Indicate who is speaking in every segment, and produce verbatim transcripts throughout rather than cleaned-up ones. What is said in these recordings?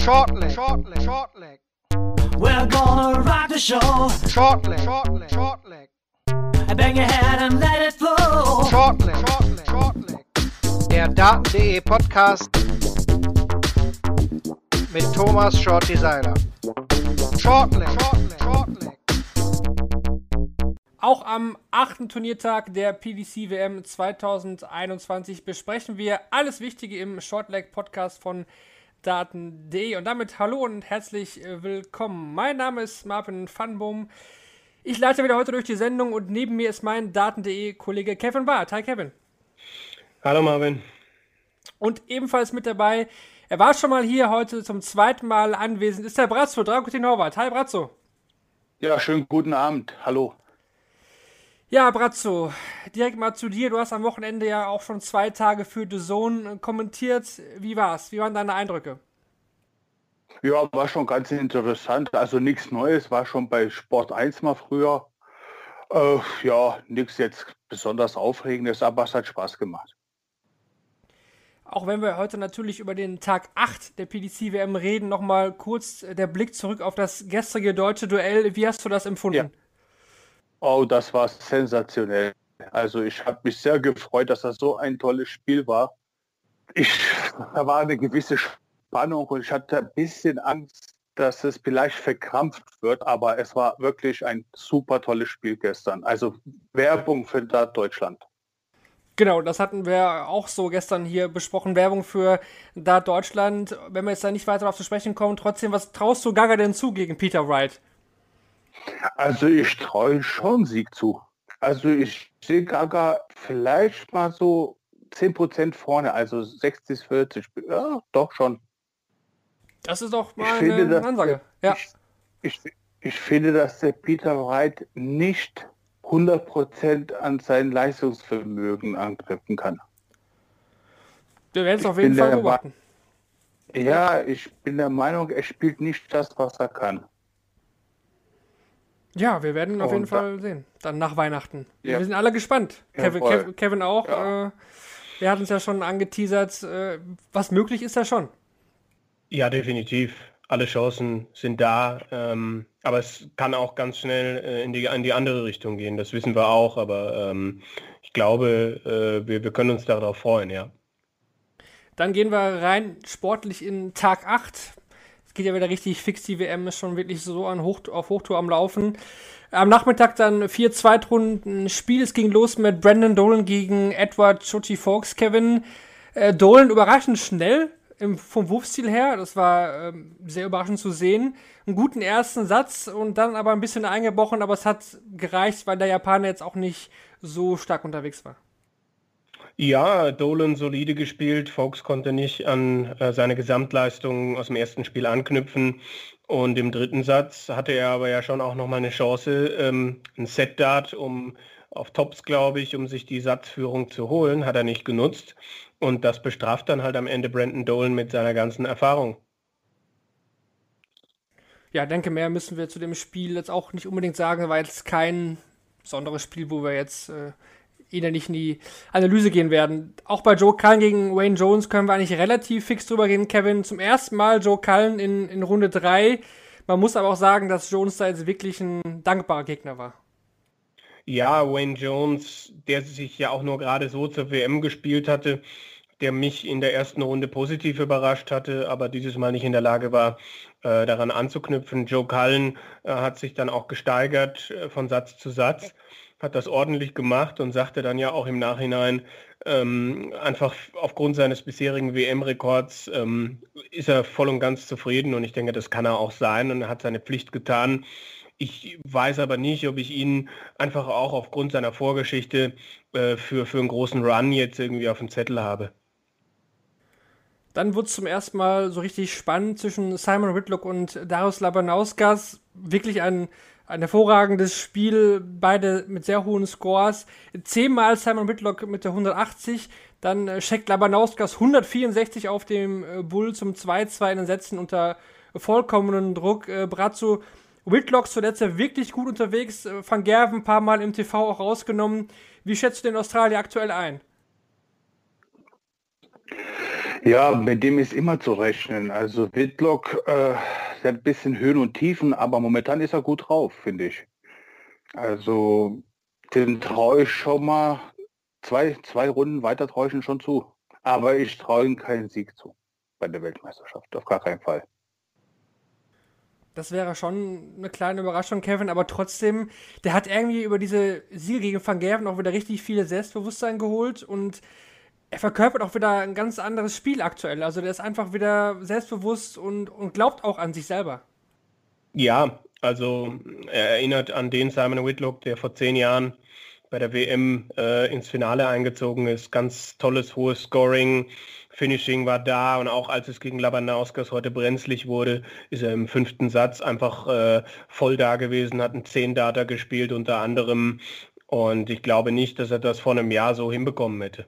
Speaker 1: Shortleg, shortleg, shortleg.
Speaker 2: We're gonna rock the show.
Speaker 1: Shortleg, shortleg, shortleg.
Speaker 2: Bang your head and let it flow.
Speaker 1: Shortleg, shortleg, shortleg. Der Daten.de Podcast mit Thomas Shorty Seiler. Shortleg, shortleg, shortleg.
Speaker 3: Auch am achten Turniertag der P D C W M zwanzig einundzwanzig besprechen wir alles Wichtige im Shortleg Podcast von Daten punkt de und damit hallo und herzlich willkommen. Mein Name ist Marvin Fanboom. Ich leite wieder heute durch die Sendung und neben mir ist mein Daten punkt de Kollege Kevin Barth. Hi Kevin.
Speaker 4: Hallo Marvin.
Speaker 3: Und ebenfalls mit dabei, er war schon mal hier, heute zum zweiten Mal anwesend, ist der Brazzo, Dragutin Horvath. Hi Brazzo.
Speaker 4: Ja, schönen guten Abend. Hallo.
Speaker 3: Ja, Brazzo, direkt mal zu dir. Du hast am Wochenende ja auch schon zwei Tage für The Zone kommentiert. Wie war's? Wie waren deine Eindrücke?
Speaker 4: Ja, war schon ganz interessant. Also nichts Neues, war schon bei Sport eins mal früher. Äh, ja, nichts jetzt besonders Aufregendes, aber es hat Spaß gemacht.
Speaker 3: Auch wenn wir heute natürlich über den Tag acht der P D C W M reden, nochmal kurz der Blick zurück auf das gestrige deutsche Duell. Wie hast du das empfunden?
Speaker 4: Ja. Oh, das war sensationell. Also ich habe mich sehr gefreut, dass das so ein tolles Spiel war. Ich, da war eine gewisse Spannung und ich hatte ein bisschen Angst, dass es vielleicht verkrampft wird, aber es war wirklich ein super tolles Spiel gestern. Also Werbung für Dart Deutschland.
Speaker 3: Genau, das hatten wir auch so gestern hier besprochen. Werbung für Dart Deutschland. Wenn wir jetzt da nicht weiter darauf zu sprechen kommen, trotzdem, was traust du Gaga denn zu gegen Peter Wright?
Speaker 4: Also ich traue schon Sieg zu. Also ich sehe Gaga vielleicht mal so zehn Prozent vorne, also sechzig vierzig. Ja, doch schon.
Speaker 3: Das ist doch mal
Speaker 4: ich finde,
Speaker 3: eine
Speaker 4: dass
Speaker 3: Ansage.
Speaker 4: Der,
Speaker 3: ja.
Speaker 4: ich, ich, ich finde, dass der Peter Wright nicht hundert Prozent an sein Leistungsvermögen anknüpfen kann.
Speaker 3: Wir werden es
Speaker 4: Ich
Speaker 3: auf jeden
Speaker 4: bin
Speaker 3: Fall
Speaker 4: der
Speaker 3: beobachten.
Speaker 4: Ja, ich bin der Meinung, er spielt nicht das, was er kann.
Speaker 3: Ja, wir werden auf
Speaker 4: Und
Speaker 3: jeden Fall sehen. Dann nach Weihnachten.
Speaker 4: Ja.
Speaker 3: Wir sind alle gespannt. Kevin,
Speaker 4: Jawohl.
Speaker 3: Kevin, Kevin auch.
Speaker 4: Ja.
Speaker 3: Äh, wir hatten es ja schon angeteasert. Äh, was möglich ist da schon.
Speaker 5: Ja, definitiv. Alle Chancen sind da. Ähm, aber es kann auch ganz schnell äh, in, die, in die andere Richtung gehen. Das wissen wir auch. Aber ähm, ich glaube, äh, wir, wir können uns darauf freuen, ja.
Speaker 3: Dann gehen wir rein sportlich in Tag acht. Es geht ja wieder richtig fix, die W M ist schon wirklich so an Hoch, auf Hochtour am Laufen. Am Nachmittag dann vier Zweitrunden Spiel. Es ging los mit Brandon Dolan gegen Edward Chochi Fox. Kevin, äh, Dolan überraschend schnell im, vom Wurfstil her. Das war ähm, sehr überraschend zu sehen. Einen guten ersten Satz und dann aber ein bisschen eingebrochen, aber es hat gereicht, weil der Japaner jetzt auch nicht so stark unterwegs war.
Speaker 5: Ja, Dolan solide gespielt. Fox konnte nicht an äh, seine Gesamtleistung aus dem ersten Spiel anknüpfen. Und im dritten Satz hatte er aber ja schon auch nochmal eine Chance, ähm, ein Set-Dart um, auf Tops, glaube ich, um sich die Satzführung zu holen, hat er nicht genutzt. Und das bestraft dann halt am Ende Brandon Dolan mit seiner ganzen Erfahrung.
Speaker 3: Ja, denke, mehr müssen wir zu dem Spiel jetzt auch nicht unbedingt sagen, weil jetzt kein besonderes Spiel, wo wir jetzt äh, innerlich in die Analyse gehen werden. Auch bei Joe Cullen gegen Wayne Jones können wir eigentlich relativ fix drüber reden, Kevin. Zum ersten Mal Joe Cullen in, in Runde drei. Man muss aber auch sagen, dass Jones da jetzt wirklich ein dankbarer Gegner war.
Speaker 5: Ja, Wayne Jones, der sich ja auch nur gerade so zur W M gespielt hatte, der mich in der ersten Runde positiv überrascht hatte, aber dieses Mal nicht in der Lage war, äh, daran anzuknüpfen. Joe Cullen äh, hat sich dann auch gesteigert äh, von Satz zu Satz, hat das ordentlich gemacht und sagte dann ja auch im Nachhinein, ähm, einfach aufgrund seines bisherigen W M-Rekords ähm, ist er voll und ganz zufrieden und ich denke, das kann er auch sein und er hat seine Pflicht getan. Ich weiß aber nicht, ob ich ihn einfach auch aufgrund seiner Vorgeschichte äh, für, für einen großen Run jetzt irgendwie auf dem Zettel habe.
Speaker 3: Dann wurde es zum ersten Mal so richtig spannend zwischen Simon Whitlock und Darius Labanauskas. Wirklich ein Ein hervorragendes Spiel, beide mit sehr hohen Scores. Zehnmal Simon Whitlock mit der hundertachtzig, dann äh, Shaq Labanauskas hundertvierundsechzig auf dem äh, Bull zum zwei zwei in den Sätzen unter vollkommenen Druck. Äh, Brazzo, Whitlock zuletzt ja wirklich gut unterwegs, äh, Van Gerven ein paar Mal im T V auch rausgenommen. Wie schätzt du den Australier aktuell ein?
Speaker 4: Ja, mit dem ist immer zu rechnen. Also Whitlock, äh, der hat ein bisschen Höhen und Tiefen, aber momentan ist er gut drauf, finde ich. Also den traue ich schon mal, zwei, zwei Runden weiter traue ich ihn schon zu. Aber ich traue ihm keinen Sieg zu bei der Weltmeisterschaft, auf gar keinen Fall.
Speaker 3: Das wäre schon eine kleine Überraschung, Kevin, aber trotzdem, der hat irgendwie über diese Siege gegen Van Gerwen auch wieder richtig viel Selbstbewusstsein geholt und er verkörpert auch wieder ein ganz anderes Spiel aktuell. Also der ist einfach wieder selbstbewusst und, und glaubt auch an sich selber.
Speaker 5: Ja, also er erinnert an den Simon Whitlock, der vor zehn Jahren bei der W M äh, ins Finale eingezogen ist. Ganz tolles, hohes Scoring. Finishing war da und auch als es gegen Labanauskas heute brenzlig wurde, ist er im fünften Satz einfach äh, voll da gewesen, hat einen zehn-Data gespielt unter anderem und ich glaube nicht, dass er das vor einem Jahr so hinbekommen hätte.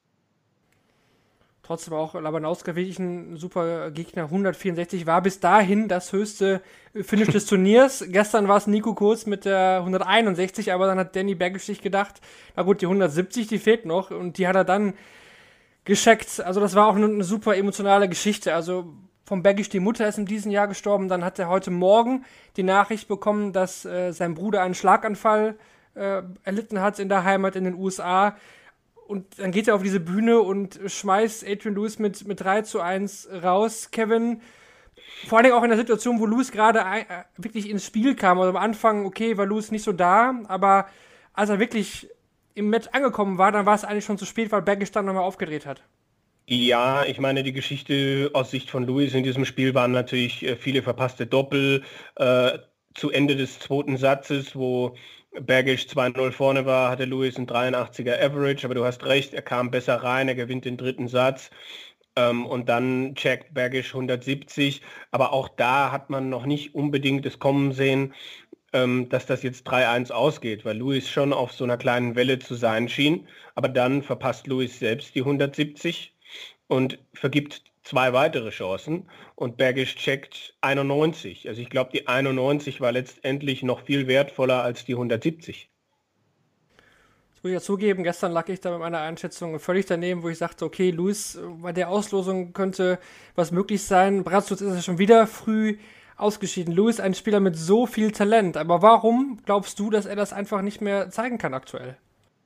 Speaker 3: Trotzdem auch Labanowska wirklich ein super Gegner, hundertvierundsechzig war bis dahin das höchste Finish des Turniers. Gestern war es Nico Kurz mit der hunderteinundsechzig, aber dann hat Danny Baggish sich gedacht, na gut, die hundertsiebzig, die fehlt noch und die hat er dann gescheckt. Also das war auch eine, eine super emotionale Geschichte. Also von Baggish, die Mutter ist in diesem Jahr gestorben. Dann hat er heute Morgen die Nachricht bekommen, dass äh, sein Bruder einen Schlaganfall äh, erlitten hat in der Heimat in den U S A. Und dann geht er auf diese Bühne und schmeißt Adrian Lewis mit, mit drei zu eins raus. Kevin, vor allem auch in der Situation, wo Lewis gerade ein, äh, wirklich ins Spiel kam. Also am Anfang, okay, war Lewis nicht so da, aber als er wirklich im Match angekommen war, dann war es eigentlich schon zu spät, weil Baggish dann nochmal aufgedreht hat.
Speaker 5: Ja, ich meine, die Geschichte aus Sicht von Lewis in diesem Spiel waren natürlich äh, viele verpasste Doppel äh, zu Ende des zweiten Satzes, wo Baggish zwei null vorne war, hatte Lewis ein dreiundachtziger Average, aber du hast recht, er kam besser rein, er gewinnt den dritten Satz ähm, und dann checkt Baggish hundertsiebzig, aber auch da hat man noch nicht unbedingt das Kommen sehen, dass das jetzt drei eins ausgeht, weil Lewis schon auf so einer kleinen Welle zu sein schien, aber dann verpasst Lewis selbst die hundertsiebzig und vergibt zwei weitere Chancen und Baggish checkt einundneunzig. Also ich glaube, die einundneunzig war letztendlich noch viel wertvoller als die hundertsiebzig.
Speaker 3: Das muss ich ja zugeben, gestern lag ich da mit meiner Einschätzung völlig daneben, wo ich sagte, okay, Lewis, bei der Auslosung könnte was möglich sein. Brazos ist ja schon wieder früh ausgeschieden. Lewis, ein Spieler mit so viel Talent. Aber warum glaubst du, dass er das einfach nicht mehr zeigen kann aktuell?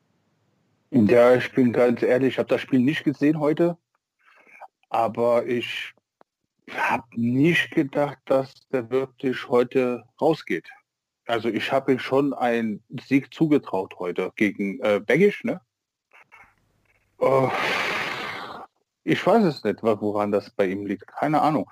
Speaker 4: Ja, ich bin ganz ehrlich, ich habe das Spiel nicht gesehen heute. Aber ich habe nicht gedacht, dass der wirklich heute rausgeht. Also ich habe ihm schon einen Sieg zugetraut heute gegen äh, Baggish, ne? Oh, ich weiß es nicht, woran das bei ihm liegt. Keine Ahnung.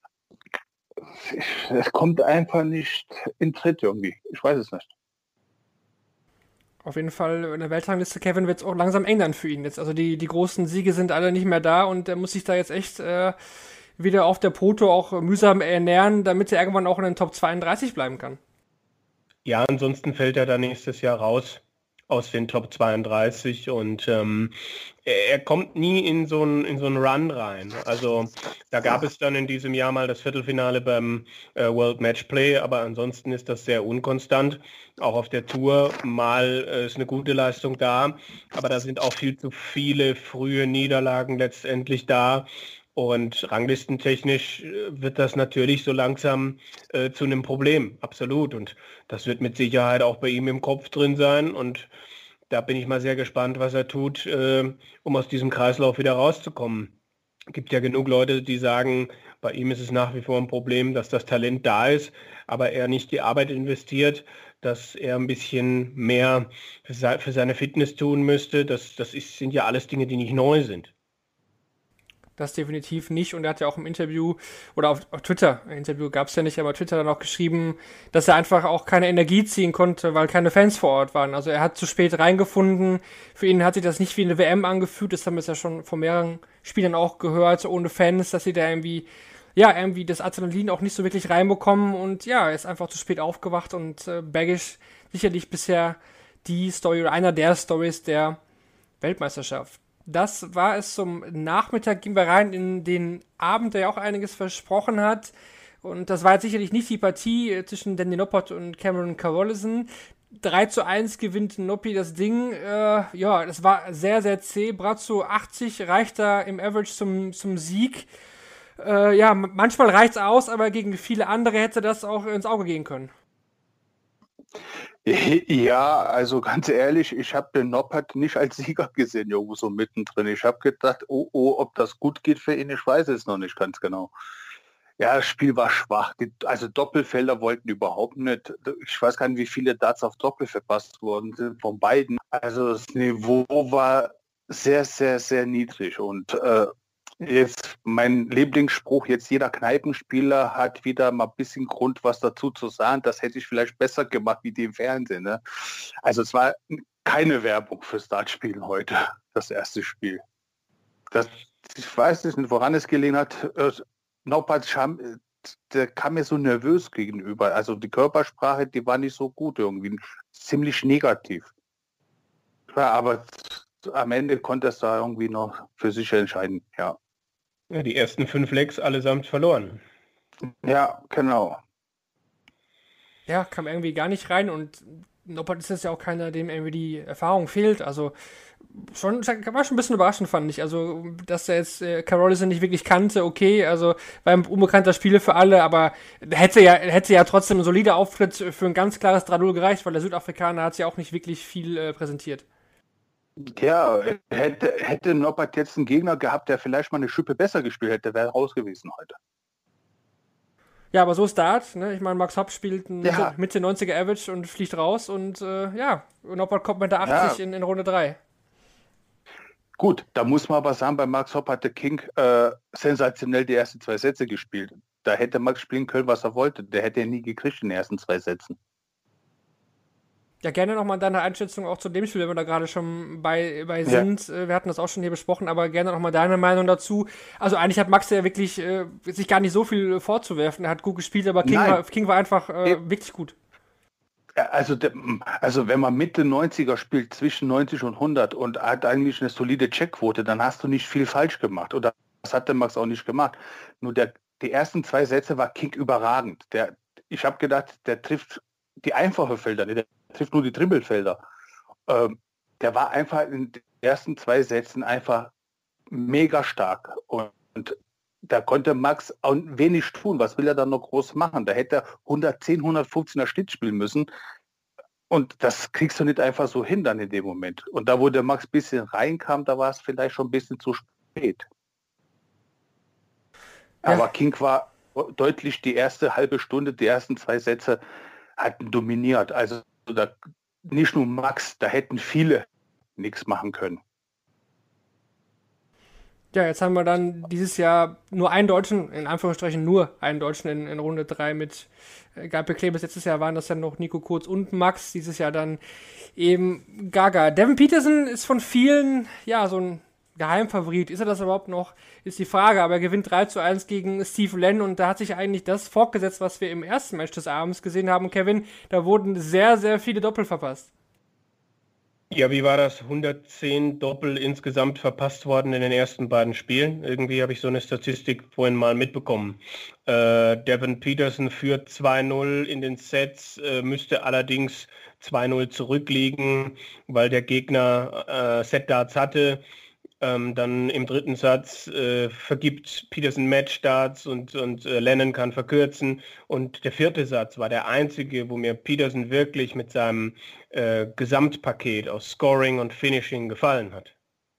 Speaker 4: Es kommt einfach nicht in Tritt irgendwie. Ich weiß es nicht.
Speaker 3: Auf jeden Fall in der Weltrangliste, Kevin, wird es auch langsam eng dann für ihn jetzt. Also die, die großen Siege sind alle nicht mehr da und er muss sich da jetzt echt äh, wieder auf der Proto auch mühsam ernähren, damit er irgendwann auch in den Top zweiunddreißig bleiben kann.
Speaker 5: Ja, ansonsten fällt er dann nächstes Jahr raus aus den Top zweiunddreißig und ähm, er, er kommt nie in so einen in so einen Run rein. Also da gab es dann in diesem Jahr mal das Viertelfinale beim äh, World Matchplay, aber ansonsten ist das sehr unkonstant. Auch auf der Tour mal äh, ist eine gute Leistung da, aber da sind auch viel zu viele frühe Niederlagen letztendlich da. Und ranglistentechnisch wird das natürlich so langsam äh, zu einem Problem, absolut. Und das wird mit Sicherheit auch bei ihm im Kopf drin sein. Und da bin ich mal sehr gespannt, was er tut, äh, um aus diesem Kreislauf wieder rauszukommen. Es gibt ja genug Leute, die sagen, bei ihm ist es nach wie vor ein Problem, dass das Talent da ist, aber er nicht die Arbeit investiert, dass er ein bisschen mehr für seine Fitness tun müsste. Das, das ist, sind ja alles Dinge, die nicht neu sind.
Speaker 3: Das definitiv nicht. Und er hat ja auch im Interview, oder auf, auf Twitter, ein Interview gab es ja nicht, aber Twitter dann auch geschrieben, dass er einfach auch keine Energie ziehen konnte, weil keine Fans vor Ort waren. Also er hat zu spät reingefunden. Für ihn hat sich das nicht wie eine W M angefühlt. Das haben wir ja schon von mehreren Spielern auch gehört, ohne Fans, dass sie da irgendwie, ja, irgendwie das Adrenalin auch nicht so wirklich reinbekommen. Und ja, er ist einfach zu spät aufgewacht und äh, Baggish sicherlich bisher die Story oder einer der Stories der Weltmeisterschaft. Das war es zum Nachmittag, gehen wir rein in den Abend, der ja auch einiges versprochen hat. Und das war jetzt sicherlich nicht die Partie zwischen Danny Noppert und Cameron Carrollison. drei zu eins gewinnt Noppi das Ding. Äh, ja, das war sehr, sehr zäh. Brazzo achtzig reicht da im Average zum, zum Sieg. Äh, ja, manchmal reicht's aus, aber gegen viele andere hätte das auch ins Auge gehen können.
Speaker 4: Ja, also ganz ehrlich, ich habe den Noppert nicht als Sieger gesehen, irgendwo so mittendrin. Ich habe gedacht, oh, oh, ob das gut geht für ihn, ich weiß es noch nicht ganz genau. Ja, das Spiel war schwach. Die, also Doppelfelder wollten überhaupt nicht. Ich weiß gar nicht, wie viele Darts auf Doppel verpasst worden sind von beiden. Also das Niveau war sehr, sehr, sehr niedrig. Und äh, jetzt mein Lieblingsspruch, jetzt jeder Kneipenspieler hat wieder mal ein bisschen Grund, was dazu zu sagen. Das hätte ich vielleicht besser gemacht wie die im Fernsehen. Ne? Also es war keine Werbung fürs Dartspielen heute, das erste Spiel. Das, ich weiß nicht, woran es gelegen hat. Noppert, der kam mir so nervös gegenüber. Also die Körpersprache, die war nicht so gut irgendwie. Ziemlich negativ. Ja, aber am Ende konnte es da irgendwie noch für sich entscheiden, ja.
Speaker 5: Ja, die ersten fünf Legs allesamt verloren.
Speaker 4: Ja, genau.
Speaker 3: Ja, kam irgendwie gar nicht rein und Noppert ist jetzt ja auch keiner, dem irgendwie die Erfahrung fehlt. Also schon, war schon ein bisschen überraschend, fand ich. Also, dass er jetzt äh, Karolisen nicht wirklich kannte, okay, also war ein unbekannter Spieler für alle, aber hätte ja, hätte ja trotzdem ein solider Auftritt für ein ganz klares drei null gereicht, weil der Südafrikaner hat ja auch nicht wirklich viel äh, präsentiert.
Speaker 4: Ja, hätte, hätte Noppert jetzt einen Gegner gehabt, der vielleicht mal eine Schippe besser gespielt hätte, wäre raus gewesen heute.
Speaker 3: Ja, aber so ist Dart, ne? Ich meine, Max Hopp spielt ein
Speaker 4: Ja.
Speaker 3: Mitte, Mitte neunziger Average und fliegt raus und äh, ja, Noppert kommt mit der achtzig
Speaker 4: Ja.
Speaker 3: in, in Runde drei.
Speaker 4: Gut, da muss man aber sagen, bei Max Hopp hatte King äh, sensationell die ersten zwei Sätze gespielt. Da hätte Max spielen können, was er wollte. Der hätte er nie gekriegt in den ersten zwei Sätzen.
Speaker 3: Ja, gerne nochmal deine Einschätzung auch zu dem Spiel, wenn wir da gerade schon bei, bei
Speaker 4: Ja.
Speaker 3: sind. Äh, Wir hatten das auch schon hier besprochen, aber gerne nochmal deine Meinung dazu. Also eigentlich hat Max ja wirklich äh, sich gar nicht so viel vorzuwerfen. Er hat gut gespielt, aber King,
Speaker 4: Nein.
Speaker 3: war, King war einfach äh,
Speaker 4: Ja.
Speaker 3: wirklich gut.
Speaker 4: Ja, Also, der, also wenn man Mitte neunziger spielt, zwischen neunzig und hundert und hat eigentlich eine solide Checkquote, dann hast du nicht viel falsch gemacht. Oder das hat der Max auch nicht gemacht. Nur der, die ersten zwei Sätze war King überragend. Der, ich habe gedacht, der trifft die einfachen Felder, der trifft nur die Trippelfelder. Ähm, der war einfach in den ersten zwei Sätzen einfach mega stark. Und, und da konnte Max auch wenig tun. Was will er dann noch groß machen? Da hätte er hundertzehn, hundertfünfzehner Schnitt spielen müssen. Und das kriegst du nicht einfach so hin dann in dem Moment. Und da, wo der Max ein bisschen reinkam, da war es vielleicht schon ein bisschen zu spät.
Speaker 3: Ja.
Speaker 4: Aber King war deutlich die erste halbe Stunde, die ersten zwei Sätze hatten dominiert. Also da, nicht nur Max, da hätten viele nichts machen können.
Speaker 3: Ja, jetzt haben wir dann dieses Jahr nur einen Deutschen, in Anführungsstrichen nur einen Deutschen in, in Runde drei mit äh, Gabriel Klebes. Letztes Jahr waren das dann noch Nico Kurz und Max, dieses Jahr dann eben Gaga. Devin Peterson ist von vielen, ja, so ein Geheimfavorit. Ist er das überhaupt noch? Ist die Frage, aber er gewinnt drei zu eins gegen Steve Len und da hat sich eigentlich das fortgesetzt, was wir im ersten Match des Abends gesehen haben. Kevin, da wurden sehr, sehr viele Doppel verpasst.
Speaker 5: Ja, wie war das? hundertzehn Doppel insgesamt verpasst worden in den ersten beiden Spielen. Irgendwie habe ich so eine Statistik vorhin mal mitbekommen. Äh, Devin Peterson führt zwei null in den Sets, äh, müsste allerdings zwei null zurückliegen, weil der Gegner äh, Set-Darts hatte. Ähm, dann im dritten Satz äh, vergibt Peterson Match-Darts und, und äh, Lennon kann verkürzen. Und der vierte Satz war der einzige, wo mir Peterson wirklich mit seinem äh, Gesamtpaket aus Scoring und Finishing gefallen hat.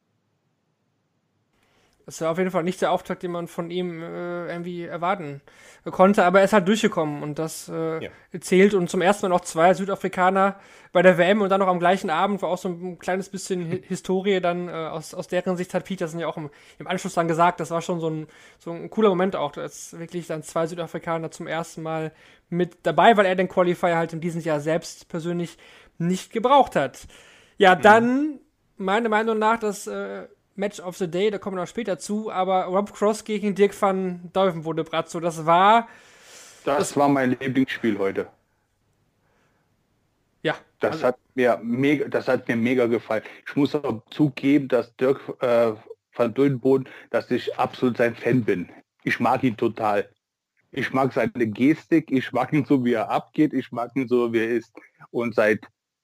Speaker 3: Das war auf jeden Fall nicht der Auftrag, den man von ihm äh, irgendwie erwarten konnte, aber er ist halt durchgekommen und das äh,
Speaker 5: Ja.
Speaker 3: zählt und zum ersten Mal noch zwei Südafrikaner bei der W M und dann noch am gleichen Abend, war auch so ein kleines bisschen Hi- Historie dann, äh, aus, aus deren Sicht hat Peterson ja auch im, im Anschluss dann gesagt, das war schon so ein, so ein cooler Moment auch, dass wirklich dann zwei Südafrikaner zum ersten Mal mit dabei, weil er den Qualifier halt in diesem Jahr selbst persönlich nicht gebraucht hat. Ja, dann, meiner Meinung nach, das äh, Match of the Day, da kommen wir noch später zu, aber Rob Cross gegen Dirk van Duivenbode Brazzo, das war,
Speaker 4: Das,
Speaker 3: Das-
Speaker 4: war mein Lieblingsspiel heute.
Speaker 3: ja,
Speaker 4: Das
Speaker 3: also,
Speaker 4: hat mir mega, das hat mir mega gefallen. Ich muss auch zugeben, dass Dirk äh, van Duivenbode, dass ich absolut sein Fan bin. Ich mag ihn total. Ich mag seine Gestik, ich mag ihn so, wie er abgeht, ich mag ihn so, wie er ist. Und seit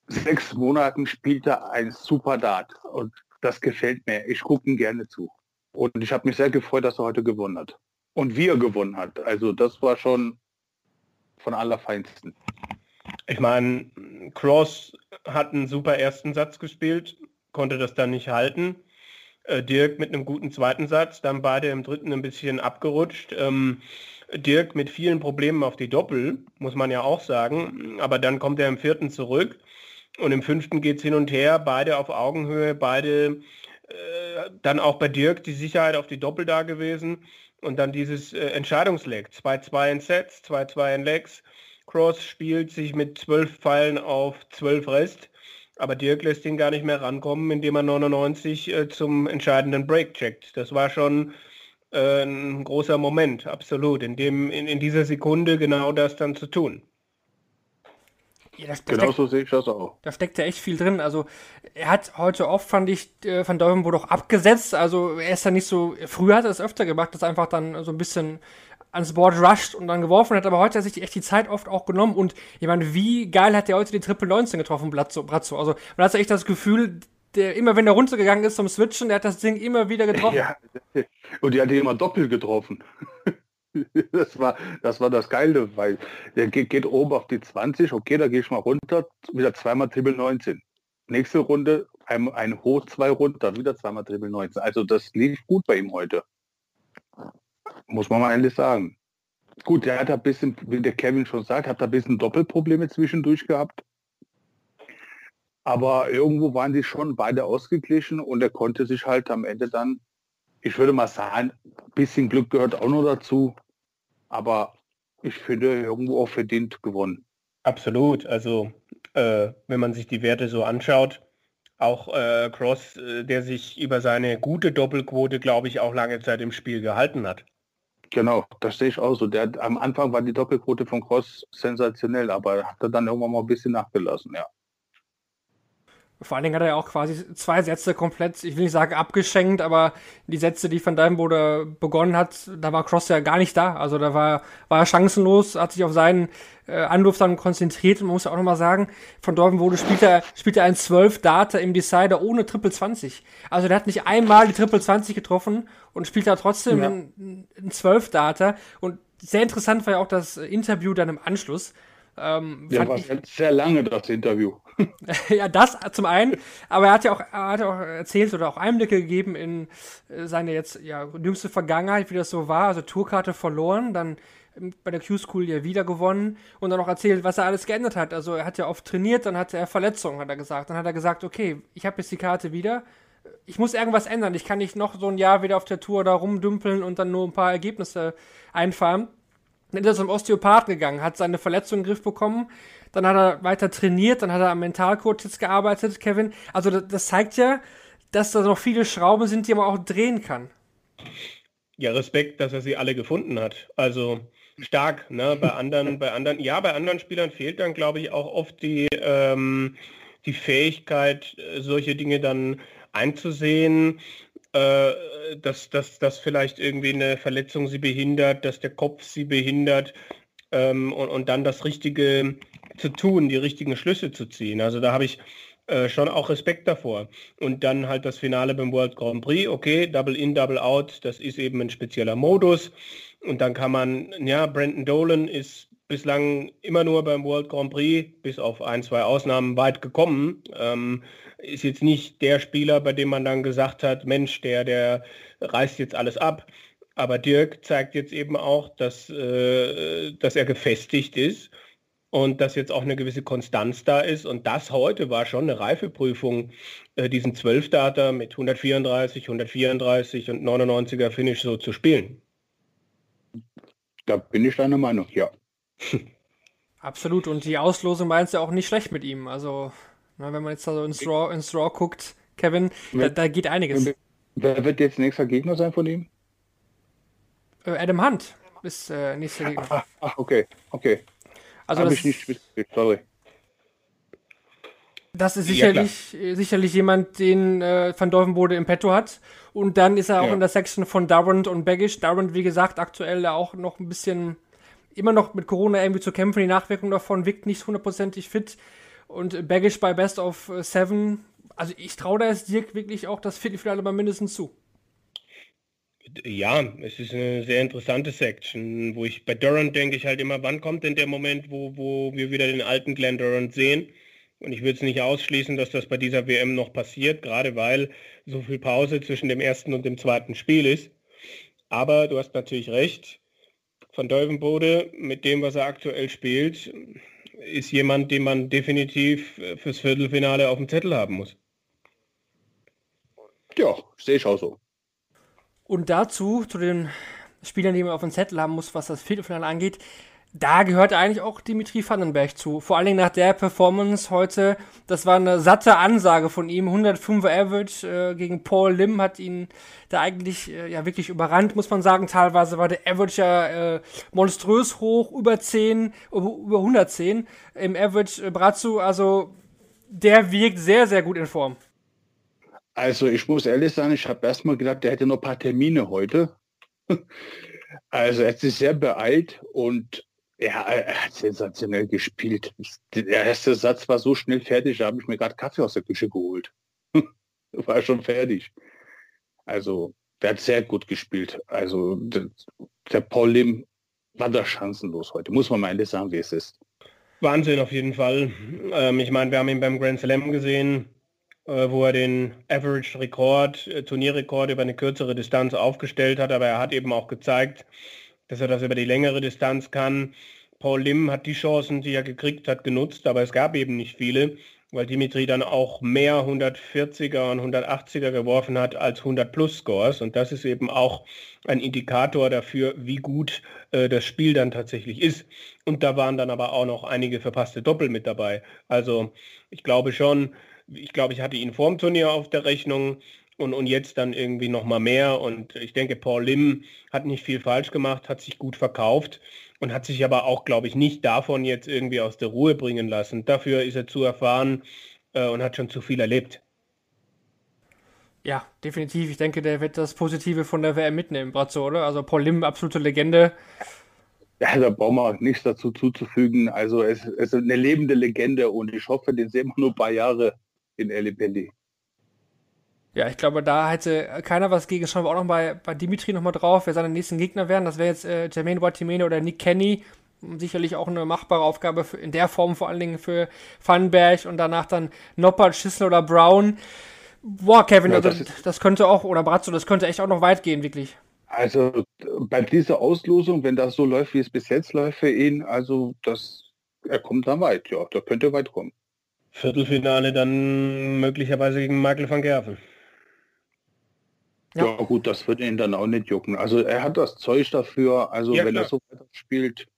Speaker 4: sechs Monaten spielt er ein super Dart und das gefällt mir. Ich gucke ihm gerne zu. Und ich habe mich sehr gefreut, dass er heute gewonnen hat. Und wie er gewonnen hat. Also das war schon von allerfeinsten.
Speaker 5: Ich meine, Cross hat einen super ersten Satz gespielt, konnte das dann nicht halten. Äh, Dirk mit einem guten zweiten Satz, dann beide im dritten ein bisschen abgerutscht. Ähm, Dirk mit vielen Problemen auf die Doppel, muss man ja auch sagen. Aber dann kommt er im vierten zurück und im fünften geht es hin und her, beide auf Augenhöhe, beide äh, dann auch bei Dirk die Sicherheit auf die Doppel da gewesen. Und dann dieses äh, Entscheidungsleck, zwei zwei in Sets, zwei zwei in Legs. Cross spielt sich mit zwölf Pfeilen auf zwölf Rest, aber Dirk lässt ihn gar nicht mehr rankommen, indem er neunundneunzig äh, zum entscheidenden Break checkt. Das war schon äh, ein großer Moment, absolut, in, dem, in, in dieser Sekunde genau das dann zu tun.
Speaker 3: Ja, das, das
Speaker 4: Genau
Speaker 3: steckt,
Speaker 4: so sehe ich das auch.
Speaker 3: da steckt ja echt viel drin. Also er hat heute oft, fand ich, äh, Van Duijvenbode auch abgesetzt. Also er ist ja nicht so, früher hat er es öfter gemacht, dass er einfach dann so ein bisschen ans Board rusht und dann geworfen hat, aber heute hat er sich echt die Zeit oft auch genommen und ich meine, wie geil hat der heute die Triple neunzehn getroffen, Brazzo, Brazzo. Also man hat echt das Gefühl, der, immer wenn er runtergegangen ist zum Switchen, der hat das Ding immer wieder getroffen.
Speaker 4: Ja, und die hat ihn immer doppelt getroffen. Das war, das war das Geile, weil der geht, geht oben auf die zwanzig, okay, da gehe ich mal runter, wieder zweimal Triple neunzehn. Nächste Runde, ein, ein Hoch, zwei runter, wieder zweimal Triple neunzehn. Also das lief gut bei ihm heute. Muss man mal ehrlich sagen. Gut, der hat ein bisschen, wie der Kevin schon sagt, hat ein bisschen Doppelprobleme zwischendurch gehabt. Aber irgendwo waren die schon beide ausgeglichen und er konnte sich halt am Ende dann, ich würde mal sagen, ein bisschen Glück gehört auch noch dazu. Aber ich finde, irgendwo auch verdient gewonnen.
Speaker 5: Absolut, also äh, wenn man sich die Werte so anschaut, auch äh, Cross, äh, der sich über seine gute Doppelquote, glaube ich, auch lange Zeit im Spiel gehalten hat.
Speaker 4: Genau, das sehe ich auch so. Der, am Anfang war die Doppelquote von Cross sensationell, aber hat er dann irgendwann mal ein bisschen nachgelassen, ja.
Speaker 3: Vor allen Dingen hat er ja auch quasi zwei Sätze komplett, ich will nicht sagen abgeschenkt, aber die Sätze, die Van Duijvenbode begonnen hat, da war Cross ja gar nicht da. Also da war, war er chancenlos, hat sich auf seinen äh, Anwurf dann konzentriert und man muss ja auch nochmal sagen, Van Duijvenbode spielt er, spielt er einen zwölf Data im Decider ohne Triple zwanzig. Also der hat nicht einmal die Triple zwanzig getroffen und spielt da trotzdem ja. einen, einen zwölf Data. Und sehr interessant war ja auch das Interview dann im Anschluss. Ähm,
Speaker 4: ja, war ich, sehr lange das Interview.
Speaker 3: Ja, das zum einen, aber er hat ja auch, er hat ja auch erzählt oder auch Einblicke gegeben in seine jetzt ja jüngste Vergangenheit, wie das so war, also Tourkarte verloren, dann bei der Q-School ja wieder gewonnen und dann auch erzählt, was er alles geändert hat. Also er hat ja oft trainiert, dann hatte er Verletzungen, hat er gesagt. Dann hat er gesagt, okay, ich habe jetzt die Karte wieder, ich muss irgendwas ändern, ich kann nicht noch so ein Jahr wieder auf der Tour da rumdümpeln und dann nur ein paar Ergebnisse einfahren. Dann ist er zum Osteopathen gegangen, hat seine Verletzung in den Griff bekommen, dann hat er weiter trainiert, dann hat er am Mentalcoach jetzt gearbeitet, Kevin. Also das, das zeigt ja, dass da noch viele Schrauben sind, die man auch drehen kann.
Speaker 5: Ja, Respekt, dass er sie alle gefunden hat. Also stark, ne? Bei anderen, bei anderen, ja, bei anderen Spielern fehlt dann, glaube ich, auch oft die, ähm, die Fähigkeit, solche Dinge dann einzusehen. Dass, dass, dass vielleicht irgendwie eine Verletzung sie behindert, dass der Kopf sie behindert ähm, und, und dann das Richtige zu tun, die richtigen Schlüsse zu ziehen. Also da habe ich äh, schon auch Respekt davor. Und dann halt das Finale beim World Grand Prix, okay, Double In, Double Out, das ist eben ein spezieller Modus. Und dann kann man, ja, Brandon Dolan ist bislang immer nur beim World Grand Prix, bis auf ein, zwei Ausnahmen, weit gekommen. Ähm, ist jetzt nicht der Spieler, bei dem man dann gesagt hat, Mensch, der, der reißt jetzt alles ab. Aber Dirk zeigt jetzt eben auch, dass, äh, dass er gefestigt ist und dass jetzt auch eine gewisse Konstanz da ist. Und das heute war schon eine Reifeprüfung, äh, diesen zwölf-Data mit hundertvierunddreißig, hundertvierunddreißig und neunundneunziger Finish so zu spielen.
Speaker 4: Da bin ich deiner Meinung, ja.
Speaker 3: Absolut. Und die Auslosung war jetzt ja auch nicht schlecht mit ihm. Also, na, wenn man jetzt da so ins Draw, ins Draw guckt, Kevin, da, da geht einiges.
Speaker 4: Wer wird jetzt nächster Gegner sein von ihm?
Speaker 3: Äh, Adam Hunt ist äh, nächster Gegner.
Speaker 4: Ach, ach, okay, okay.
Speaker 3: Also
Speaker 4: Hab
Speaker 3: das,
Speaker 4: ich nicht mitgekriegt, sorry.
Speaker 3: Das ist sicherlich, ja, sicherlich jemand, den äh, Van Duijvenbode im Petto hat. Und dann ist er auch ja. in der Section von Durrant und Baggish. Durrant, wie gesagt, aktuell auch noch ein bisschen, immer noch mit Corona irgendwie zu kämpfen. Die Nachwirkung davon wirkt nicht hundertprozentig fit. und Baggish bei Best of Seven. Also ich traue da jetzt Dirk wirklich auch das Viertelfinale mal mindestens zu.
Speaker 5: Ja, es ist eine sehr interessante Section, wo ich bei Durant denke ich halt immer, wann kommt denn der Moment, wo, wo wir wieder den alten Glenn Durant sehen? Und ich würde es nicht ausschließen, dass das bei dieser W M noch passiert, gerade weil so viel Pause zwischen dem ersten und dem zweiten Spiel ist. Aber du hast natürlich recht, Van Duijvenbode mit dem, was er aktuell spielt, ist jemand, den man definitiv fürs Viertelfinale auf dem Zettel haben muss.
Speaker 4: Ja, sehe ich auch so.
Speaker 3: Und dazu, zu den Spielern, die man auf dem Zettel haben muss, was das Viertelfinale angeht, da gehört eigentlich auch Dimitri Vandenberg zu. Vor allen Dingen nach der Performance heute. Das war eine satte Ansage von ihm. hundertfünfer Average äh, gegen Paul Lim hat ihn da eigentlich äh, ja wirklich überrannt, muss man sagen. Teilweise war der Average ja äh, monströs hoch, über zehn, über hundertzehn im Average. Äh, Brazzo, also der wirkt sehr, sehr gut in Form.
Speaker 4: Also ich muss ehrlich sagen, ich habe erstmal gedacht, der hätte noch ein paar Termine heute. Also er hat sich sehr beeilt und ja, er hat sensationell gespielt. Der erste Satz war so schnell fertig, da habe ich mir gerade Kaffee aus der Küche geholt. War schon fertig. Also der hat sehr gut gespielt. Also der, der Paul Lim war da chancenlos heute. Muss man mal ehrlich sagen, wie es ist.
Speaker 5: Wahnsinn auf jeden Fall. Ähm, ich meine, wir haben ihn beim Grand Slam gesehen, äh, wo er den Average-Rekord, äh, Turnierrekord über eine kürzere Distanz aufgestellt hat, aber er hat eben auch gezeigt, dass er das über die längere Distanz kann. Paul Lim hat die Chancen, die er gekriegt hat, genutzt, aber es gab eben nicht viele, weil Dimitri dann auch mehr hundertvierziger und hundertachtziger geworfen hat als hundert plus Scores und das ist eben auch ein Indikator dafür, wie gut äh, das Spiel dann tatsächlich ist. Und da waren dann aber auch noch einige verpasste Doppel mit dabei. Also ich glaube schon, ich glaube, ich hatte ihn vorm Turnier auf der Rechnung, Und, und jetzt dann irgendwie nochmal mehr. Und ich denke, Paul Lim hat nicht viel falsch gemacht, hat sich gut verkauft und hat sich aber auch, glaube ich, nicht davon jetzt irgendwie aus der Ruhe bringen lassen. Dafür ist er zu erfahren äh, und hat schon zu viel erlebt.
Speaker 3: Ja, definitiv. Ich denke, der wird das Positive von der W M mitnehmen, Brazzo, oder? Also Paul Lim, absolute Legende.
Speaker 4: Ja, da brauchen wir nichts dazu zuzufügen. Also es, es ist eine lebende Legende und ich hoffe, den sehen wir nur ein paar Jahre in Ellipelli.
Speaker 3: Ja, ich glaube, da hätte keiner was gegen. Schauen wir auch noch bei, bei Dimitri nochmal drauf, wer seine nächsten Gegner wären. Das wäre jetzt äh, Jermaine Watimene oder Nick Kenny. Sicherlich auch eine machbare Aufgabe für, in der Form vor allen Dingen für Vandenberg und danach dann Noppert, Schissler oder Brown. Boah, Kevin,
Speaker 4: ja,
Speaker 3: also
Speaker 4: das,
Speaker 3: das, das könnte auch, oder Brazzo, das könnte echt auch noch weit gehen, wirklich.
Speaker 4: Also bei dieser Auslosung, wenn das so läuft, wie es bis jetzt läuft für ihn, also das, er kommt da weit, ja, da könnte weit kommen.
Speaker 5: Viertelfinale dann möglicherweise gegen Michael van Gerven.
Speaker 4: Ja. ja gut, das wird ihn dann auch nicht jucken. Also er hat das Zeug dafür, also ja, wenn klar. er so weiter spielt.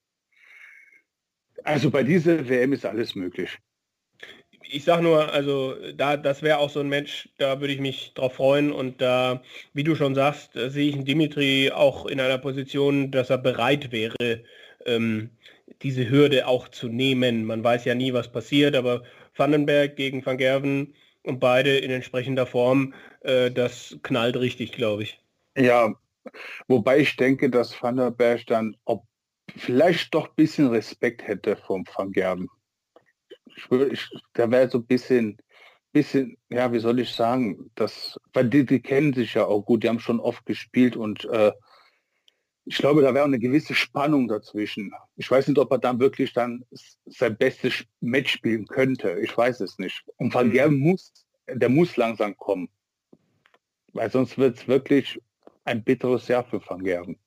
Speaker 4: Also bei dieser W M ist alles möglich.
Speaker 5: Ich sag nur, also da das wäre auch so ein Match, da würde ich mich drauf freuen und da, wie du schon sagst, sehe ich einen Dimitri auch in einer Position, dass er bereit wäre, ähm, diese Hürde auch zu nehmen. Man weiß ja nie, was passiert, aber Vandenberg gegen Van Gerven und beide in entsprechender Form, äh, das knallt richtig, glaube ich.
Speaker 4: Ja, wobei ich denke, dass Vandenberg dann ob vielleicht doch ein bisschen Respekt hätte vom Van Gerven. Ich würde, ich, da wäre so ein bisschen, bisschen, ja, wie soll ich sagen, das, weil die, die kennen sich ja auch gut, die haben schon oft gespielt und äh, ich glaube, da wäre auch eine gewisse Spannung dazwischen. Ich weiß nicht, ob er dann wirklich dann sein bestes Match spielen könnte. Ich weiß es nicht. Und Van Gerven muss, der muss langsam kommen. Weil sonst wird es wirklich ein bitteres Jahr für Van Gerven.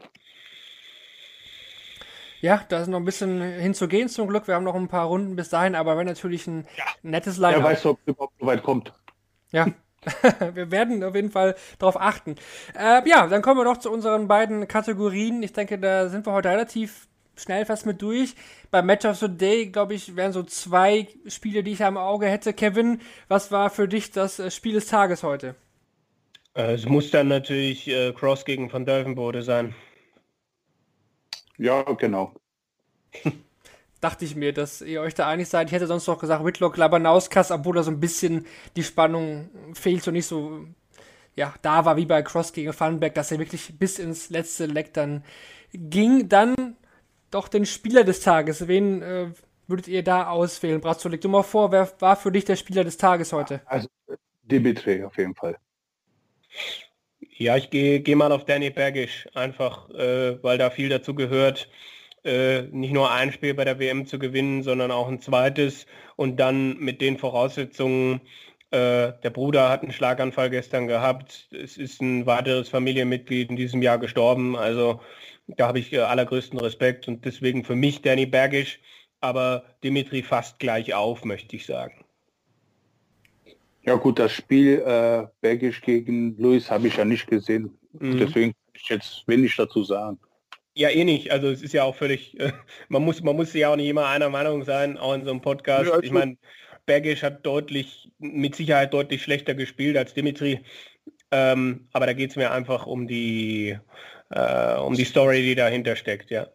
Speaker 3: Ja, da ist noch ein bisschen hinzugehen zum Glück. Wir haben noch ein paar Runden bis dahin, aber wenn natürlich ein ja. nettes Line-Up.
Speaker 4: Wer weiß, ob es überhaupt so weit kommt.
Speaker 3: Ja, wir werden auf jeden Fall darauf achten. Äh, ja, dann kommen wir noch zu unseren beiden Kategorien. Ich denke, da sind wir heute relativ schnell fast mit durch. Beim Match of the Day, glaube ich, wären so zwei Spiele, die ich am Auge hätte. Kevin, was war für dich das Spiel des Tages heute?
Speaker 5: Es muss dann natürlich äh, Cross gegen Van Duijvenbode sein.
Speaker 4: Ja, genau.
Speaker 3: Dachte ich mir, dass ihr euch da einig seid. Ich hätte sonst noch gesagt Whitlock, Labanauskas, obwohl da so ein bisschen die Spannung fehlt und nicht so ja, da war wie bei Cross gegen Vandenberg, dass er wirklich bis ins letzte Leck dann ging. Dann doch den Spieler des Tages. Wen äh, würdet ihr da auswählen? Brazzo, leg du mal vor, wer war für dich der Spieler des Tages heute?
Speaker 4: Also Dimitri auf jeden Fall.
Speaker 5: Ja, ich gehe geh mal auf Danny Bergisch, einfach äh, weil da viel dazu gehört, äh, nicht nur ein Spiel bei der W M zu gewinnen, sondern auch ein zweites und dann mit den Voraussetzungen, äh, der Bruder hat einen Schlaganfall gestern gehabt, es ist ein weiteres Familienmitglied in diesem Jahr gestorben, also da habe ich äh, allergrößten Respekt und deswegen für mich Danny Bergisch, aber Dimitri fast gleich auf, möchte ich sagen.
Speaker 4: Ja gut, das Spiel äh, Bergisch gegen Luis habe ich ja nicht gesehen. Mhm. Deswegen kann ich jetzt wenig dazu sagen.
Speaker 5: Ja, eh nicht. Also es ist ja auch völlig, äh, man muss man muss ja auch nicht immer einer Meinung sein, auch in so einem Podcast. Ja, ich meine, Bergisch hat deutlich, mit Sicherheit deutlich schlechter gespielt als Dimitri. Ähm, aber da geht es mir einfach um die äh, um die Story, die dahinter steckt, ja.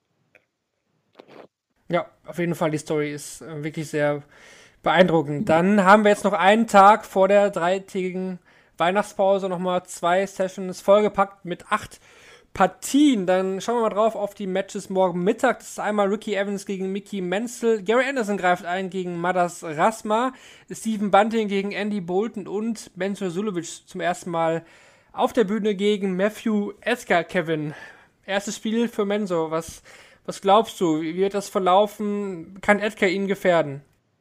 Speaker 3: Ja, auf jeden Fall, die Story ist äh, wirklich sehr beeindruckend. Dann haben wir jetzt noch einen Tag vor der dreitägigen Weihnachtspause nochmal zwei Sessions vollgepackt mit acht Partien. Dann schauen wir mal drauf auf die Matches morgen Mittag. Das ist einmal Ricky Evans gegen Mickey Menzel. Gary Anderson greift ein gegen Madas Rasma. Stephen Bunting gegen Andy Bolton und Mensur Suljovic zum ersten Mal auf der Bühne gegen Matthew Edgar. Kevin, erstes Spiel für Mensur. Was, was glaubst du? Wie wird das verlaufen? Kann Edgar ihn gefährden?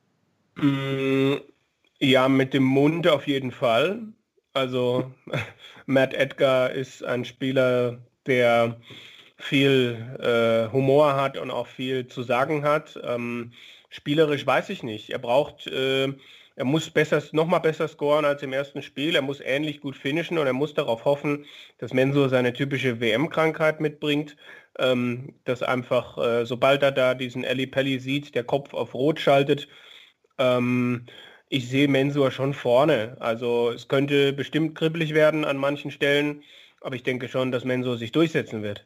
Speaker 5: Ja, mit dem Mund auf jeden Fall. Also Matt Edgar ist ein Spieler, der viel äh, Humor hat und auch viel zu sagen hat. Ähm, spielerisch weiß ich nicht. Er braucht, äh, er muss besser, noch mal besser scoren als im ersten Spiel. Er muss ähnlich gut finishen und er muss darauf hoffen, dass Mensur seine typische W M-Krankheit mitbringt. Ähm, dass einfach, äh, sobald er da diesen Ali Pelli sieht, der Kopf auf Rot schaltet. Ähm, ich sehe Mensur schon vorne. Also es könnte bestimmt kribbelig werden an manchen Stellen, aber ich denke schon, dass Mensur sich durchsetzen wird.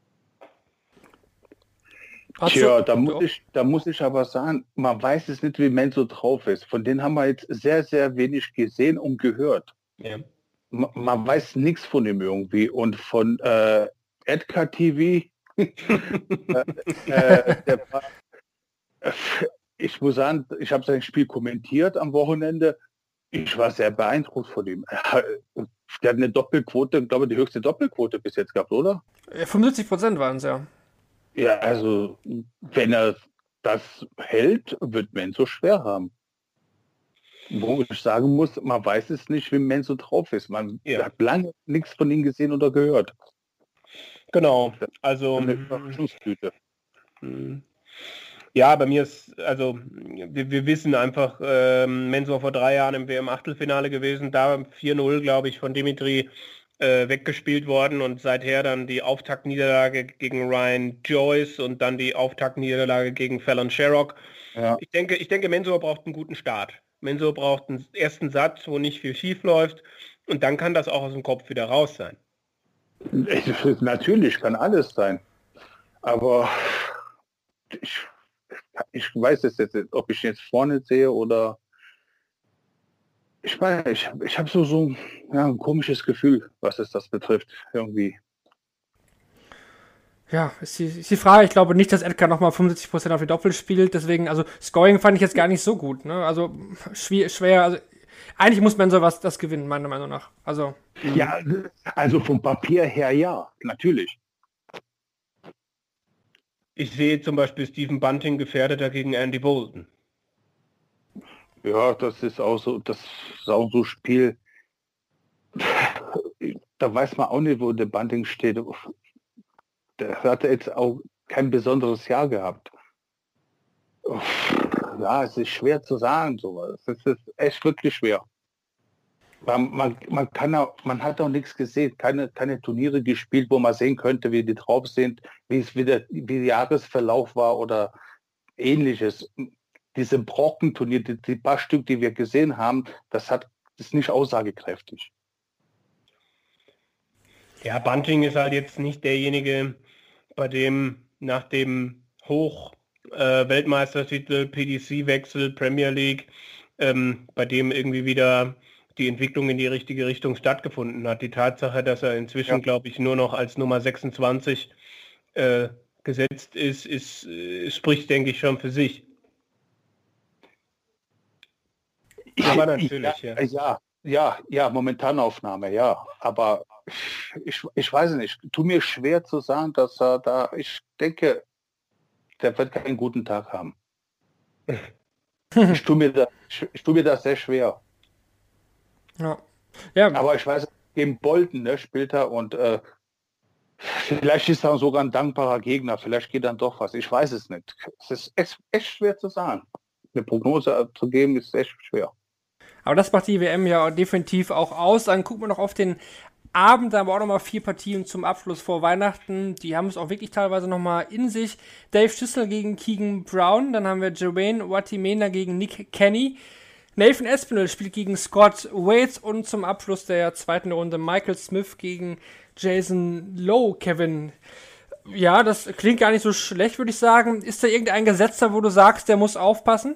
Speaker 4: Tja, da muss ich, da muss ich aber sagen, man weiß es nicht, wie Mensur drauf ist. Von denen haben wir jetzt sehr, sehr wenig gesehen und gehört.
Speaker 5: Ja.
Speaker 4: Man, man weiß nichts von ihm irgendwie. Und von äh, Edgar T V, äh, äh, der war, äh, ich muss sagen, ich habe sein Spiel kommentiert am Wochenende. Ich war sehr beeindruckt von ihm. Der hat eine Doppelquote, ich glaube, die höchste Doppelquote bis jetzt gehabt, oder?
Speaker 3: fünfundsiebzig Prozent waren es, ja.
Speaker 4: Ja, also, wenn er das hält, wird Mensur schwer haben. Wo ich sagen muss, man weiß es nicht, wie Mensur drauf ist. Man ja. hat lange nichts von ihm gesehen oder gehört.
Speaker 5: Genau, also...
Speaker 4: Eine Überraschungstüte.
Speaker 5: Hm. Ja, bei mir ist, also wir, wir wissen einfach, äh, Mensur vor drei Jahren im W M-Achtelfinale gewesen, da vier null, glaube ich, von Dimitri äh, weggespielt worden und seither dann die Auftaktniederlage gegen Ryan Joyce und dann die Auftaktniederlage gegen Fallon Sherrock. Ja. Ich denke, ich denke, Mensur braucht einen guten Start. Mensur braucht einen ersten Satz, wo nicht viel schief läuft und dann kann das auch aus dem Kopf wieder raus sein.
Speaker 4: Natürlich kann alles sein, aber ich Ich weiß es jetzt nicht, ob ich jetzt vorne sehe oder ich weiß, ich, ich habe so, so ja, ein komisches Gefühl, was es das betrifft, irgendwie.
Speaker 3: Ja, ist die, ist die Frage. Ich glaube nicht, dass Edgar nochmal fünfundsiebzig Prozent auf die Doppel spielt, deswegen, also Scoring fand ich jetzt gar nicht so gut, ne? Also schwer, schwer also eigentlich muss man sowas das gewinnen, meiner Meinung nach. Also
Speaker 4: ja, also vom Papier her ja, natürlich.
Speaker 5: Ich sehe zum Beispiel Stephen Bunting gefährdeter gegen Andy Bolton.
Speaker 4: Ja, das ist auch so, das ist auch so ein Spiel. Da weiß man auch nicht, wo der Bunting steht. Der hatte jetzt auch kein besonderes Jahr gehabt. Ja, es ist schwer zu sagen, sowas. Es ist echt wirklich schwer. Man, man, man, kann auch, man hat auch nichts gesehen, keine, keine Turniere gespielt, wo man sehen könnte, wie die drauf sind, wie es wieder, wie der Jahresverlauf war oder ähnliches. Diese Brockenturnier, die, die paar Stück, die wir gesehen haben, das hat ist nicht aussagekräftig.
Speaker 5: Ja, Bunting ist halt jetzt nicht derjenige, bei dem nach dem Hoch äh, Weltmeistertitel, P D C-Wechsel, Premier League, ähm, bei dem irgendwie wieder die Entwicklung in die richtige Richtung stattgefunden hat. Die Tatsache, dass er inzwischen, ja. glaube ich, nur noch als Nummer sechsundzwanzig äh, gesetzt ist, ist äh, spricht, denke ich, schon für sich. Aber natürlich,
Speaker 4: ja.
Speaker 5: ja.
Speaker 4: Ja, ja, ja, Momentanaufnahme, ja. Aber ich, ich weiß nicht, tu mir schwer zu sagen, dass er da, ich denke, der wird keinen guten Tag haben. Ich tue mir, da, ich, ich tu mir das sehr schwer.
Speaker 3: Ja. Ja,
Speaker 4: Aber ich weiß, gegen Bolton, ne, spielt er und äh, vielleicht ist er sogar ein dankbarer Gegner, vielleicht geht dann doch was. Ich weiß es nicht. Es ist echt, echt schwer zu sagen. Eine Prognose zu geben ist echt schwer.
Speaker 3: aber das macht die W M ja definitiv auch aus. Dann gucken wir noch auf den Abend, da haben wir auch nochmal vier Partien zum Abschluss vor Weihnachten. Die haben es auch wirklich teilweise nochmal in sich. Dave Schüssel gegen Keegan Brown, dann haben wir Jermaine Watimena gegen Nick Kenny. Nathan Espinel spielt gegen Scott Waits und zum Abschluss der zweiten Runde Michael Smith gegen Jason Lowe. Kevin, ja, das klingt gar nicht so schlecht, würde ich sagen. Ist da irgendein Gesetzer, wo du sagst, der muss aufpassen?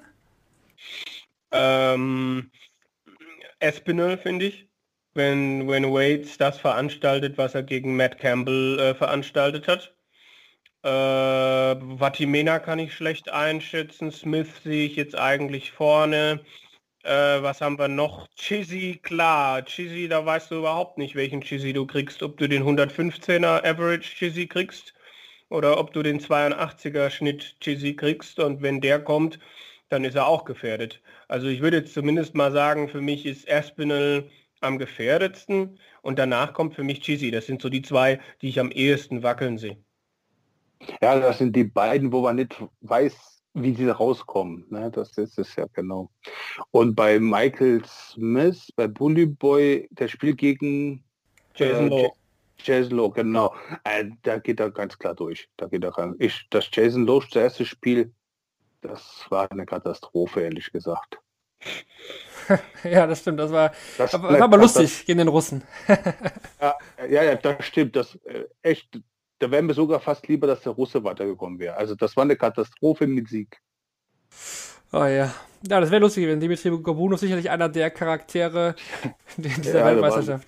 Speaker 5: Ähm, Espinel, finde ich. Wenn, wenn Waits das veranstaltet, was er gegen Matt Campbell äh, veranstaltet hat. Äh, Watimena kann ich schlecht einschätzen. Smith sehe ich jetzt eigentlich vorne. Äh, was haben wir noch? Chizzy, klar. Chizzy, da weißt du überhaupt nicht, welchen Chizzy du kriegst. Ob du den hundertfünfzehner Average Chizzy kriegst oder ob du den zweiundachtziger Schnitt Chizzy kriegst. Und wenn der kommt, dann ist er auch gefährdet. Also ich würde jetzt zumindest mal sagen, für mich ist Espinel am gefährdetsten und danach kommt für mich Chizzy. Das sind so die zwei, die ich am ehesten wackeln sehe.
Speaker 4: Ja, das sind die beiden, wo man nicht weiß, wie sie rauskommen. Ne? Das ist es ja genau. Und bei Michael Smith, bei Bully Boy, der spielt gegen
Speaker 5: Jason
Speaker 4: äh,
Speaker 5: Lowe.
Speaker 4: Jason Lowe, genau. Äh, da geht er ganz klar durch. Da geht er ran. Ich, das Jason Lowe, das erste Spiel, das war eine Katastrophe, ehrlich gesagt.
Speaker 3: Ja, das stimmt. Das war,
Speaker 4: Das
Speaker 3: das war aber lustig das, gegen den Russen.
Speaker 4: ja, ja, ja, das stimmt. Das äh, echt. Da wäre mir sogar fast lieber, dass der Russe weitergekommen wäre. Also das war eine Katastrophe mit Sieg.
Speaker 3: Oh ja. Ja, das wäre lustig gewesen. Dimitri Gobunov sicherlich einer der Charaktere in dieser
Speaker 4: ja,
Speaker 3: Weltmeisterschaft.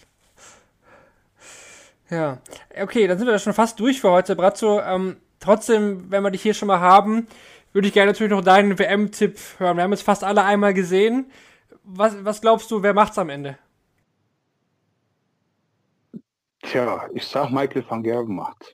Speaker 3: Ja. Okay, dann sind wir schon fast durch für heute, Brazzo. Ähm, trotzdem, wenn wir dich hier schon mal haben, würde ich gerne natürlich noch deinen W M-Tipp hören. Wir haben jetzt fast alle einmal gesehen. Was, was glaubst du, wer macht's am Ende?
Speaker 4: Tja, ich sag, Michael van Gerwen macht's.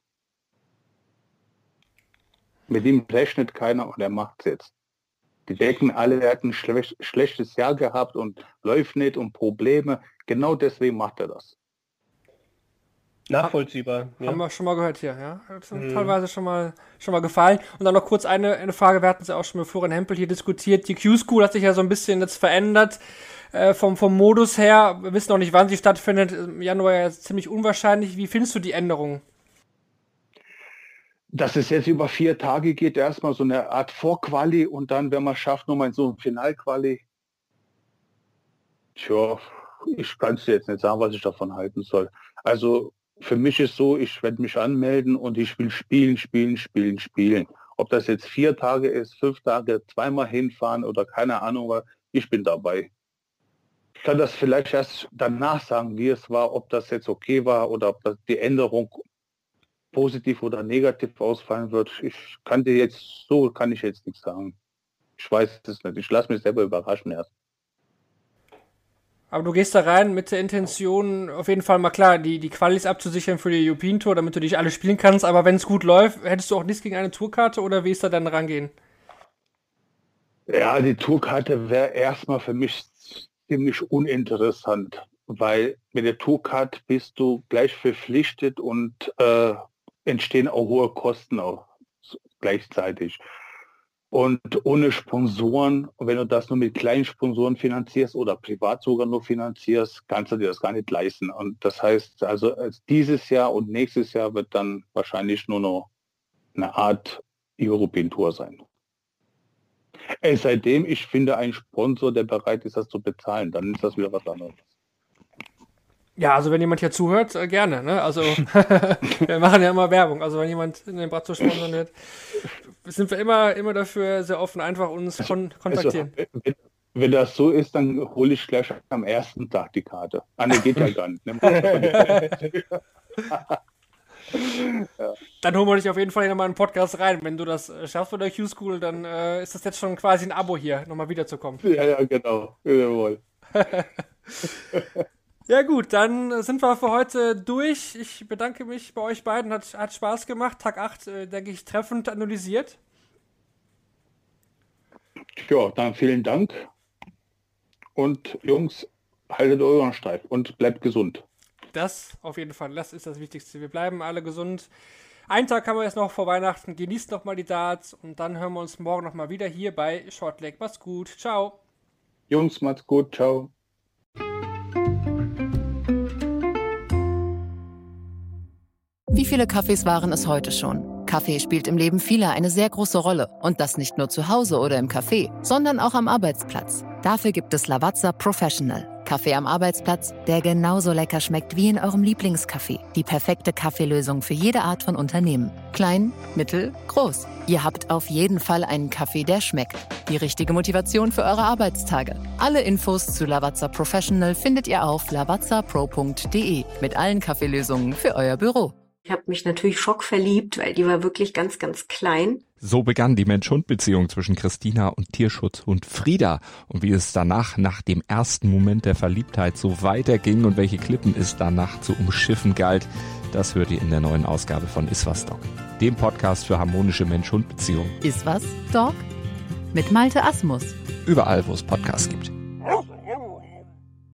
Speaker 4: Mit ihm rechnet keiner und er macht's jetzt. Die denken alle, er hat ein schlech schlechtes Jahr gehabt und läuft nicht und Probleme. Genau deswegen macht er das.
Speaker 5: Nachvollziehbar.
Speaker 3: Haben
Speaker 5: Ja.
Speaker 3: wir schon mal gehört hier, ja. Das ist
Speaker 5: Mhm.
Speaker 3: teilweise schon mal, schon mal gefallen. Und dann noch kurz eine, eine Frage, wir hatten es ja auch schon mit Florian Hempel hier diskutiert. Die Q-School hat sich ja so ein bisschen jetzt verändert äh, vom, vom Modus her. Wir wissen noch nicht, wann sie stattfindet. Im Januar ja ziemlich unwahrscheinlich. Wie findest du die Änderungen?
Speaker 4: Dass es jetzt über vier Tage geht, erstmal so eine Art Vorquali und dann, wenn man schafft, nochmal in so ein Finalquali. Tja, ich kann es jetzt nicht sagen, was ich davon halten soll. Also für mich ist so, ich werde mich anmelden und ich will spielen, spielen, spielen, spielen. Ob das jetzt vier Tage ist, fünf Tage, zweimal hinfahren oder keine Ahnung, weil ich bin dabei. Ich kann das vielleicht erst danach sagen, wie es war, ob das jetzt okay war oder ob das die Änderung positiv oder negativ ausfallen wird. Ich kann dir jetzt, so kann ich jetzt nichts sagen. Ich weiß es nicht. Ich lasse mich selber überraschen erst.
Speaker 3: Aber du gehst da rein mit der Intention, auf jeden Fall mal klar, die, die Qualis abzusichern für die European Tour, damit du dich alle spielen kannst. Aber wenn es gut läuft, hättest du auch nichts gegen eine Tourkarte oder wie ist da dann rangehen?
Speaker 4: Ja, die Tourkarte wäre erstmal für mich ziemlich uninteressant, weil mit der Tourkarte bist du gleich verpflichtet und äh, entstehen auch hohe Kosten auch gleichzeitig. Und ohne Sponsoren, wenn du das nur mit kleinen Sponsoren finanzierst oder privat sogar nur finanzierst, kannst du dir das gar nicht leisten. Und das heißt, also dieses Jahr und nächstes Jahr wird dann wahrscheinlich nur noch eine Art European Tour sein. Es seitdem ich finde einen Sponsor, der bereit ist, das zu bezahlen, dann ist das wieder was anderes.
Speaker 3: Ja, also wenn jemand hier zuhört, äh, gerne, ne? Also wir machen ja immer Werbung. Also wenn jemand in den Brazzo sponsern wird, sind wir immer, immer dafür sehr offen, einfach uns kon kontaktieren.
Speaker 4: Also, wenn, wenn das so ist, dann hole ich gleich am ersten Tag die Karte. Ah, ne, geht ja gar nicht. Ne?
Speaker 3: Ja. Dann holen wir dich auf jeden Fall nochmal in den Podcast rein. Wenn du das äh, schaffst bei der Q-School, dann äh, ist das jetzt schon quasi ein Abo hier, nochmal wiederzukommen.
Speaker 4: Ja, ja, genau. Jawohl.
Speaker 3: Ja gut, dann sind wir für heute durch. Ich bedanke mich bei euch beiden. Hat, hat Spaß gemacht. Tag acht, äh, denke ich, treffend analysiert.
Speaker 4: Ja, dann vielen Dank. Und Jungs, haltet euren steif und bleibt gesund.
Speaker 3: Das auf jeden Fall, das ist das Wichtigste. Wir bleiben alle gesund. Einen Tag haben wir jetzt noch vor Weihnachten. Genießt noch mal die Darts und dann hören wir uns morgen noch mal wieder hier bei Shortleg. Macht's gut. Ciao.
Speaker 4: Jungs, macht's gut. Ciao.
Speaker 6: Wie viele Kaffees waren es heute schon? Kaffee spielt im Leben vieler eine sehr große Rolle. Und das nicht nur zu Hause oder im Café, sondern auch am Arbeitsplatz. Dafür gibt es Lavazza Professional. Kaffee am Arbeitsplatz, der genauso lecker schmeckt wie in eurem Lieblingscafé. Die perfekte Kaffeelösung für jede Art von Unternehmen. Klein, mittel, groß. Ihr habt auf jeden Fall einen Kaffee, der schmeckt. Die richtige Motivation für eure Arbeitstage. Alle Infos zu Lavazza Professional findet ihr auf lavazza pro punkt de mit allen Kaffeelösungen für euer Büro.
Speaker 7: Ich habe mich natürlich schockverliebt, weil die war wirklich ganz, ganz klein.
Speaker 8: So begann die Mensch-Hund-Beziehung zwischen Christina und Tierschutzhund Frieda. Und wie es danach, nach dem ersten Moment der Verliebtheit, so weiterging und welche Klippen es danach zu umschiffen galt, das hört ihr in der neuen Ausgabe von Iswas Dog, dem Podcast für harmonische Mensch-Hund-Beziehungen.
Speaker 6: Iswas Dog? Mit Malte Asmus.
Speaker 8: Überall, wo es Podcasts gibt.